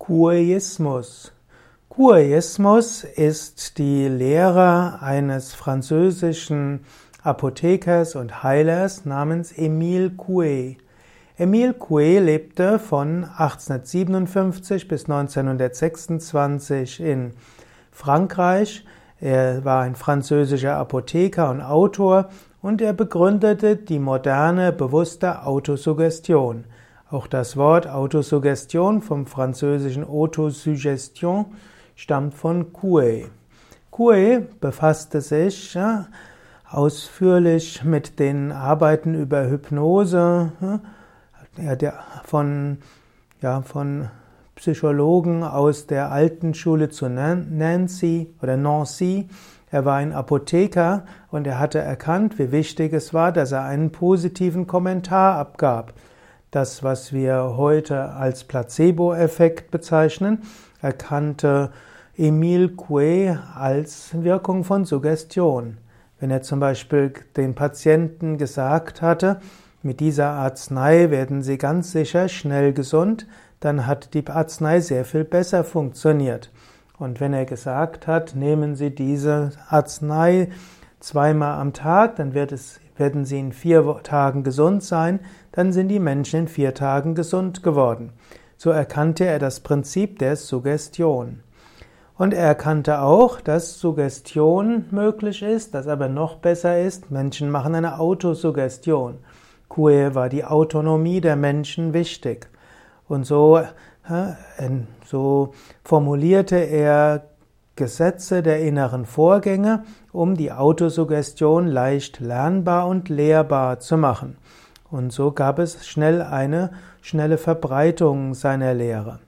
Couéismus. Couéismus ist die Lehre eines französischen Apothekers und Heilers namens Émile Coué. Émile Coué lebte von 1857 bis 1926 in Frankreich. Er war ein französischer Apotheker und Autor und er begründete die moderne, bewusste Autosuggestion. Auch das Wort Autosuggestion vom französischen Autosuggestion stammt von Coué. Coué befasste sich ausführlich mit den Arbeiten über Hypnose von Psychologen aus der alten Schule zu Nancy. Er war ein Apotheker und er hatte erkannt, wie wichtig es war, dass er einen positiven Kommentar abgab. Das, was wir heute als Placebo-Effekt bezeichnen, erkannte Émile Coué als Wirkung von Suggestion. Wenn er zum Beispiel den Patienten gesagt hatte, mit dieser Arznei werden Sie ganz sicher schnell gesund, dann hat die Arznei sehr viel besser funktioniert. Und wenn er gesagt hat, nehmen Sie diese Arznei zweimal am Tag, dann werden Sie in 4 Tagen gesund sein, dann sind die Menschen in 4 Tagen gesund geworden. So erkannte er das Prinzip der Suggestion. Und er erkannte auch, dass Suggestion möglich ist, dass aber noch besser ist, Menschen machen eine Autosuggestion. Coué war die Autonomie der Menschen wichtig. Und so formulierte er Gesetze der inneren Vorgänge, um die Autosuggestion leicht lernbar und lehrbar zu machen. Und so gab es eine schnelle Verbreitung seiner Lehre.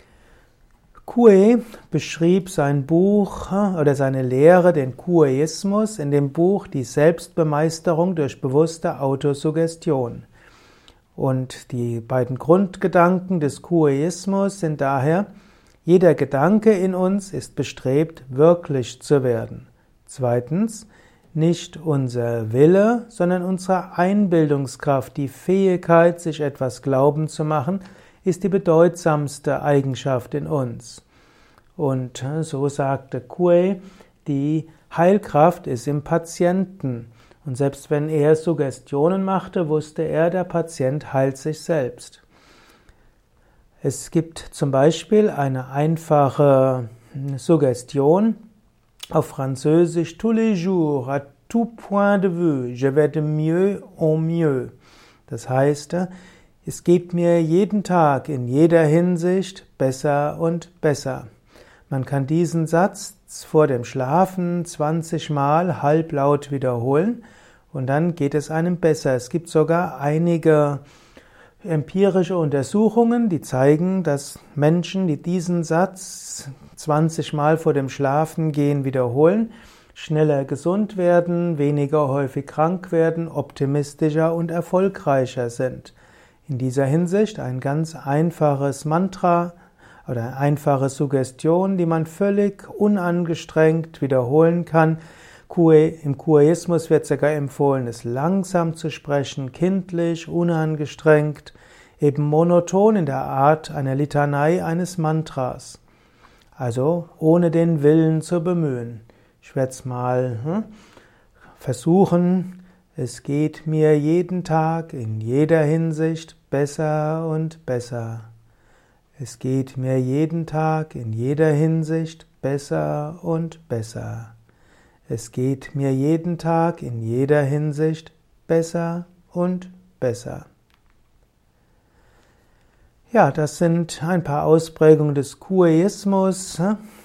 Coué beschrieb sein Buch oder seine Lehre, den Couéismus, in dem Buch Die Selbstbemeisterung durch bewusste Autosuggestion. Und die beiden Grundgedanken des Couéismus sind daher: Jeder Gedanke in uns ist bestrebt, wirklich zu werden. Zweitens, nicht unser Wille, sondern unsere Einbildungskraft, die Fähigkeit, sich etwas glauben zu machen, ist die bedeutsamste Eigenschaft in uns. Und so sagte Coué, die Heilkraft ist im Patienten. Und selbst wenn er Suggestionen machte, wusste er, der Patient heilt sich selbst. Es gibt zum Beispiel eine einfache Suggestion auf Französisch: Tous les jours, à tout point de vue, je vais de mieux en mieux. Das heißt, es geht mir jeden Tag in jeder Hinsicht besser und besser. Man kann diesen Satz vor dem Schlafen 20 Mal halblaut wiederholen und dann geht es einem besser. Es gibt sogar einige empirische Untersuchungen, die zeigen, dass Menschen, die diesen Satz 20 Mal vor dem Schlafengehen wiederholen, schneller gesund werden, weniger häufig krank werden, optimistischer und erfolgreicher sind. In dieser Hinsicht ein ganz einfaches Mantra oder eine einfache Suggestion, die man völlig unangestrengt wiederholen kann. Im Couéismus wird sogar empfohlen, es langsam zu sprechen, kindlich, unangestrengt, eben monoton in der Art einer Litanei eines Mantras. Also ohne den Willen zu bemühen. Ich werde es mal versuchen. Es geht mir jeden Tag in jeder Hinsicht besser und besser. Es geht mir jeden Tag in jeder Hinsicht besser und besser. Es geht mir jeden Tag in jeder Hinsicht besser und besser. Ja, das sind ein paar Ausprägungen des Couéismus.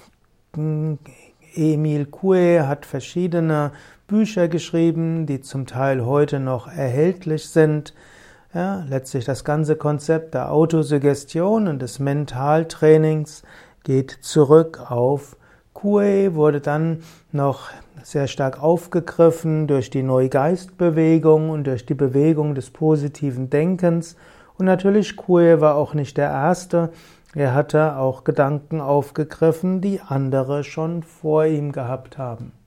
Émile Coué hat verschiedene Bücher geschrieben, die zum Teil heute noch erhältlich sind. Ja, letztlich das ganze Konzept der Autosuggestion und des Mentaltrainings geht zurück auf Coué, wurde dann noch sehr stark aufgegriffen durch die Neugeistbewegung und durch die Bewegung des positiven Denkens. Und natürlich, Coué war auch nicht der Erste. Er hatte auch Gedanken aufgegriffen, die andere schon vor ihm gehabt haben.